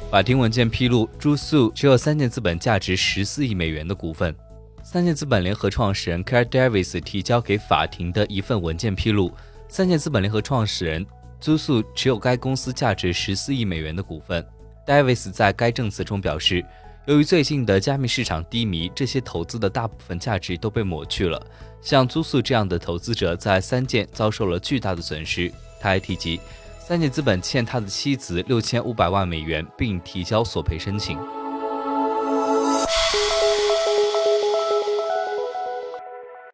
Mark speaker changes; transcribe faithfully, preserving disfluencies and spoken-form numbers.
Speaker 1: 法庭文件披露，朱素持有三箭资本价值十四亿美元的股份。三箭资本联合创始人 Claire Davis 提交给法庭的一份文件披露，三箭资本联合创始人朱素持有该公司价值十四亿美元的股份。Davis 在该证词中表示，由于最近的加密市场低迷，这些投资的大部分价值都被抹去了。像朱素这样的投资者在三箭遭受了巨大的损失。他还提及，三箭资本欠他的妻子六千五百万美元，并提交索赔申请。